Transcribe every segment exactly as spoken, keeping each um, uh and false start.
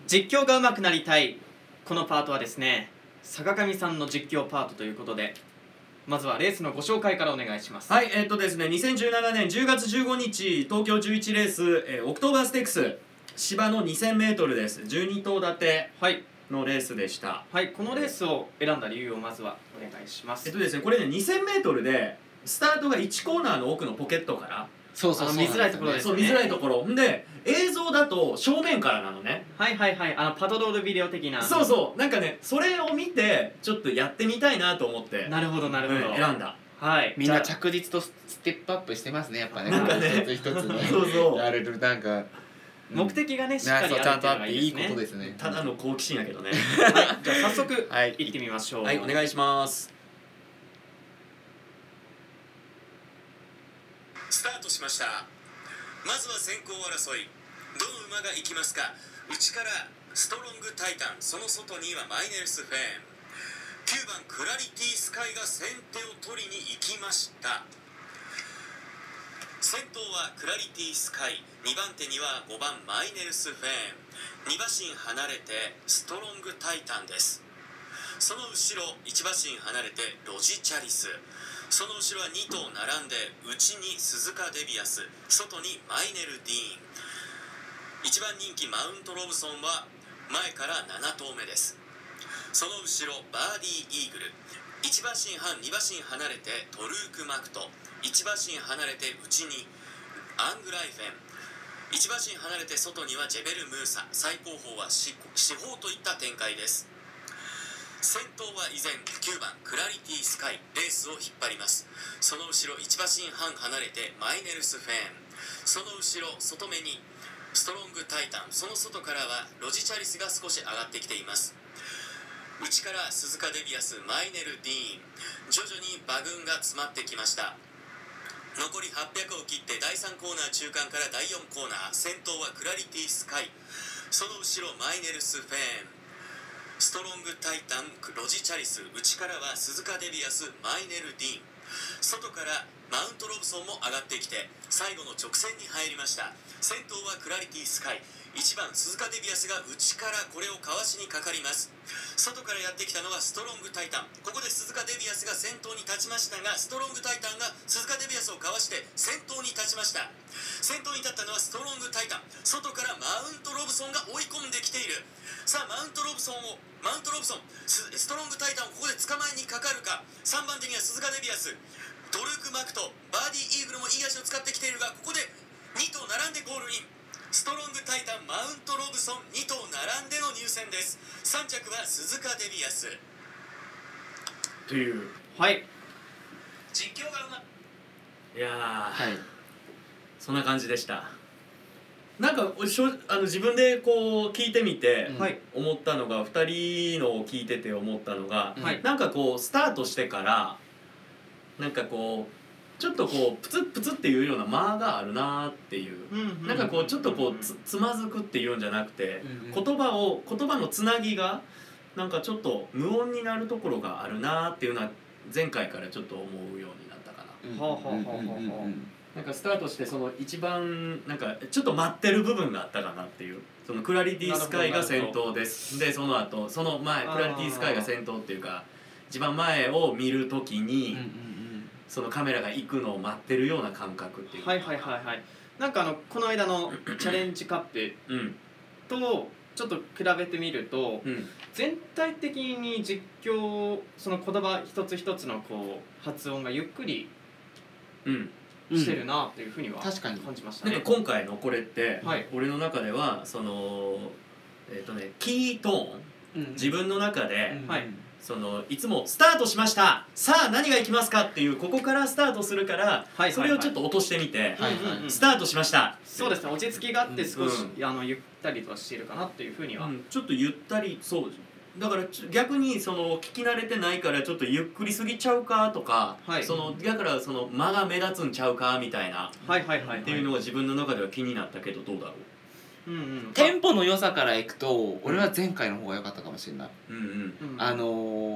実況が上手くなりたい。このパートはですね、坂上さんの実況パートということで、まずはレースのご紹介からお願いします。 はい、えっとですね、にせんじゅうななねんじゅうがつじゅうごにち東京じゅういちレース、えー、オクトーバーステークス芝の にせんメートル です。じゅうにとう立てのレースでした。 はい、このレースを選んだ理由をまずはお願いします。 えっとですね、これね にせんメートル でスタートがいちコーナーの奥のポケットから、 そうそうそう、見づらいところですね。 そう、見づらいところで、映像だと正面からなのね。 はいはいはい、あのパトロールビデオ的な。 そうそう、なんかね、それを見てちょっとやってみたいなと思って、 なるほどなるほど、 うん、選んだ。 はい、 みんな着実とステップアップしてますね、やっぱね。 なんかね、 一つ一つね、 そうそうやれる、なんか目的がね、しっかりあるちゃんとあってっていうのがいいいいことですね。 ただの好奇心やけどね。 はい、じゃあ早速はい行ってみましょう。 はい、お願いします。 スタートしました。まずは先行争い、どの馬が行きますか。内からストロングタイタン、その外にはマイネルスフェーン、きゅうばんクラリティスカイが先手を取りに行きました。先頭はクラリティスカイ、にばん手にはごばんマイネルスフェーン、に馬身離れてストロングタイタンです。その後ろいち馬身離れてロジチャリス、その後ろはに頭並んで、内に鈴鹿デビアス、外にマイネルディーン、いちばん人気マウントロブソンは前からなな頭目です。その後ろバーディーイーグル、いち馬身半に馬身離れてトルークマクト、いち馬身離れて内にアングライフェン、いち馬身離れて外にはジェベルムーサ、最高峰は四方といった展開です。先頭は依然きゅうばんクラリティスカイ、レースを引っ張ります。その後ろいち馬身半離れてマイネルスフェーン、その後ろ外目にストロングタイタン、その外からはロジチャリスが少し上がってきています。内から鈴鹿デビアス、マイネルディーン、徐々に馬群が詰まってきました。残りはっぴゃくを切ってだいさんコーナー中間からだいよんコーナー、先頭はクラリティスカイ、その後ろマイネルスフェーン、ストロングタイタン、ロジチャリス、内からは鈴鹿デビアス、マイネルディーン、外からマウントロブソンも上がってきて最後の直線に入りました。先頭はクラリティスカイ、いちばん鈴鹿デビアスが内からこれをかわしにかかります。外からやってきたのはストロングタイタン、ここで鈴鹿デビアスが先頭に立ちましたが、ストロングタイタンが鈴鹿デビアスをかわして先頭に立ちました。先頭に立ったのはストロングタイタン、外からマウントロブソンが追い込んできている。さあマウントロブソンをマウントロブソン ス, ストロングタイタンをここで捕まえにかかるか。さんばん手には鈴鹿デビアス、トルークマクト、バーディーイーグルもいい足を使ってきているが、ここでに頭並んでゴールイン。ストロングタイタン、マウントロブソン、に頭並んでの入線です。さん着は鈴鹿デビアスという、 はい、 実況がうまいやー、 はい、 そんな感じでした。なんかしょあの自分でこう聞いてみて思ったのが、ふたりのを聞いてて思ったのが、 はい、 なんかこうスタートしてからなんかこうちょっとこうプツップツッっていうような間があるなっていう、 うん、 なんかこうちょっとこう つ, つまずくっていうんじゃなくて、 うん、 言葉を言葉のつなぎがなんかちょっと無音になるところがあるなっていうのは前回からちょっと思うようになったかな。 はあはあはあはあ、 なんかスタートしてその一番なんかちょっと待ってる部分があったかなっていう、そのクラリティスカイが先頭ですで、その後その前クラリティスカイが先頭っていうか一番前を見るときに、うんうんうん、そのカメラが行くのを待ってるような感覚っていうか、 はいはいはいはい、なんかあのこの間のチャレンジカップとちょっと比べてみると、うん、全体的に実況その言葉一つ一つのこう発音がゆっくり、うんしてるなというふうには感じましたね。 なんか今回のこれって、 はい、 俺の中ではそのえっとねキートーン、うん、自分の中で、 うん、はい、 そのいつもスタートしました、さあ何がいきますかっていうここからスタートするから、はいはいはい、それをちょっと落としてみて、はいはいはい、スタートしました。 そうですね、落ち着きがあって少し、うん、あのゆったりとしているかなというふうには、うん、 ちょっとゆったり、そうだから逆にその聞き慣れてないからちょっとゆっくりすぎちゃうかとか、はい、そのだからその間が目立つんちゃうかみたいな、 はいはいはいはい、 っていうのが自分の中では気になったけど、どうだろう。 うんうん、テンポの良さからいくと俺は前回の方が良かったかもしれない。うんうん、あのー、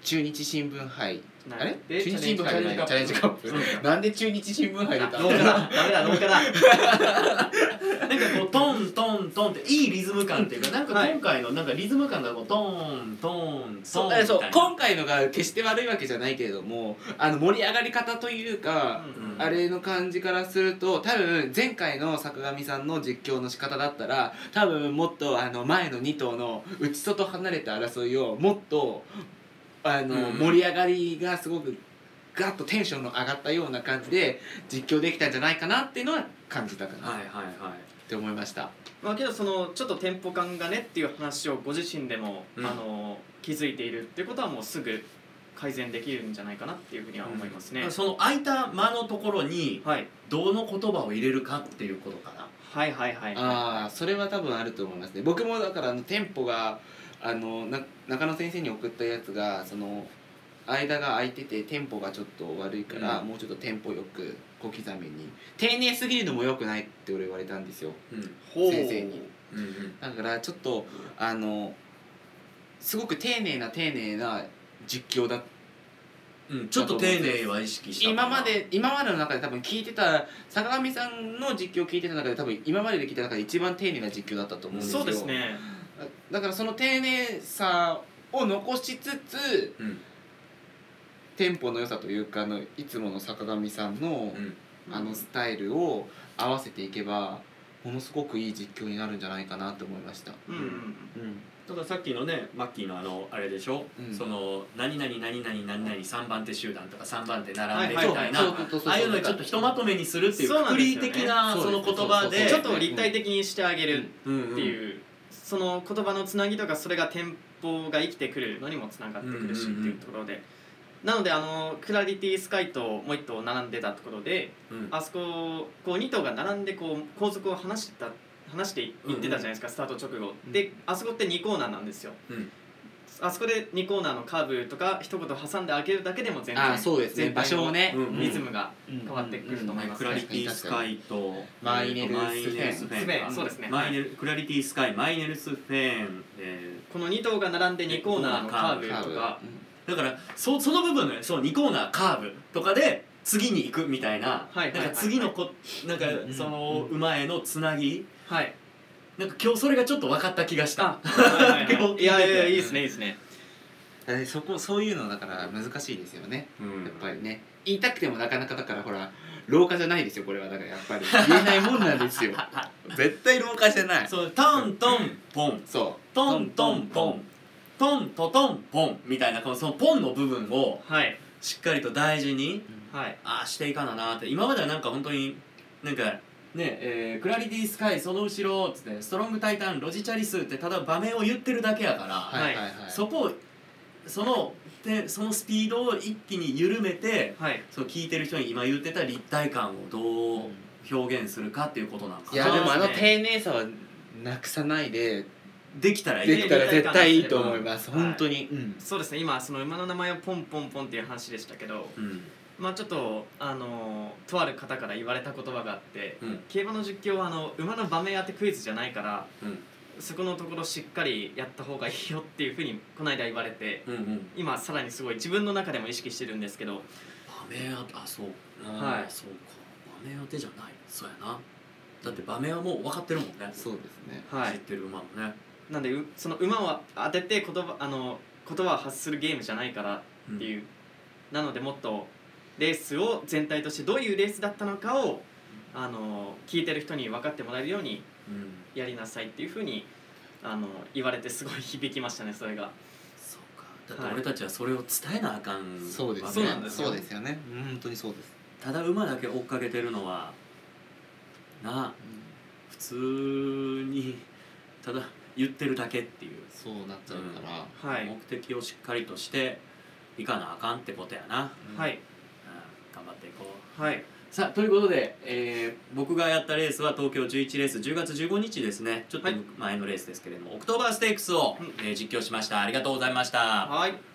中日新聞杯なあれで中日新聞杯じゃないチャレンジカップそうかなんで中日新聞杯出た農家だダメだ農家だなんかこうトントントンっていいリズム感っていうかなんかはい今回のなんかリズム感がこうトントントンみたいな。 そうそう今回のが決して悪いわけじゃないけれどもあの盛り上がり方というか、 うんあれの感じからすると多分前回の坂上さんの実況の仕方だったら多分もっとあの前のに頭の内外離れた争いをもっとあの、 うん盛り上がりがすごくガッとテンションの上がったような感じで実況できたんじゃないかなっていうのは感じたかなっはいはいはい。 て思いました。 まあけどそのちょっとテンポ感がねっていう話をご自身でも、 うんあの気づいているっていうことはもうすぐ改善できるんじゃないかなっていうふうには思いますね、 その空いた間のところにはいどの言葉を入れるかっていうことかな。 はいはいはいああそれは多分あると思いますね。僕もだからあのテンポがあのな中野先生に送ったやつがその間が空いててテンポがちょっと悪いから、 うんもうちょっとテンポよく小刻みに丁寧すぎるのも良くないって俺言われたんですようんほう先生に。 うんうんだからちょっとあのすごく丁寧な丁寧な実況だうん、ちょっと丁寧は意識したかな。 今まで今までの中で多分聞いてた坂上さんの実況を聞いてた中で多分今までで聞いた中で一番丁寧な実況だったと思うんですよ。 そうですねだからその丁寧さを残しつつうんテンポの良さというかあのいつもの坂上さんのうんあのスタイルを合わせていけばものすごくいい実況になるんじゃないかなと思いました。 うんうんうんうんたださっきのねマッキーのあのあれでしょ、 うんその何々何々何々さんばん手集団とかさんばん手並んでみはいはいたいな、 そうそうそうそうああいうのにちょっとひとまとめにするっていうそうなくくんですよねり的なその言葉でそうちょっと立体的にしてあげるうんうんっていう、その言葉のつなぎとかそれがテンポが生きてくるのにもつながってくるしっていうところで、なのであのクラリティスカイともう一頭並んでたところでうんあそここうに頭が並んでこう後続を離してた離していってたじゃないですか、スタート直後であそこってにコーナーなんですよ、 うんあそこでにコーナーのカーブとか一言挟んであげるだけでも全然あそうですね全体の場所をね、 うんリズムが変わってくると思いますねクラリティスカイとマイネルスフェンマイネルスフスフェンそうですねマイネルクラリティスカイマイネルスフェン、えこのに頭が並んでにコーナーのカーブカーブとかーだからそその部分のねそうにコーナーカーブとかで次に行くみたいな、 はいはいはいはいなんか次のこなんかうんその馬へのつなぎはいなんか今日それがちょっと分かった気がしたあはいはい結構聞いててはいいやいやいいですねいいですねだからそこそういうのだから難しいですよね、 うんやっぱりね言いたくてもなかなかだからほら廊下じゃないですよこれはだからやっぱり言えないもんなんですよ絶対廊下じゃないそうトントンポンそうトントンポントントトンポンみたいなこのそのポンの部分をはいしっかりと大事にはいああしていかななって今まではなんか本当になんかねえー、クラリティスカイその後ろっつってストロングタイタンロジチャリスってただ場面を言ってるだけやから、 はいはいはいそこをそのでそのスピードを一気に緩めてはいそう聞いてる人に今言ってた立体感をどう表現するかっていうことなんかいなやでもあのそうですね丁寧さはなくさないでできたらいいできたら絶対いいと思いますはい本当に、うんそうですね今その馬の名前をポンポンポンっていう話でしたけどうんまあちょっとあのとある方から言われた言葉があってうん競馬の実況はあの馬の場面当てクイズじゃないからうんそこのところしっかりやった方がいいよっていうふうにこの間言われてうんうん今さらにすごい自分の中でも意識してるんですけど場面ああそうはいそうか場面当てじゃないそうやなだって場面はもう分かってるもんねそうですねはい知ってる馬もねなんでうその馬を当てて言葉あの言葉を発するゲームじゃないからっていう、なのでもっとレースを全体としてどういうレースだったのかをあの聞いてる人に分かってもらえるようにうんやりなさいっていうふうにあの言われてすごい響きましたねそれが。 そうかだって俺たちはそれを伝えなあかんそうですねそうなんですよそうですよねうん本当にそうです、 ただ馬だけ追っかけてるのはなあ普通にただ言ってるだけっていう、 そうなっちゃうから、 はい目的をしっかりとしていかなあかんってことやな、 うんはいうん、頑張っていこうはいさあということで、えー僕がやったレースは東京じゅういちレースじゅうがつじゅうごにちですねちょっとはい前のレースですけれども、オクトーバーステークスを、 うんえー実況しました。ありがとうございました。 はい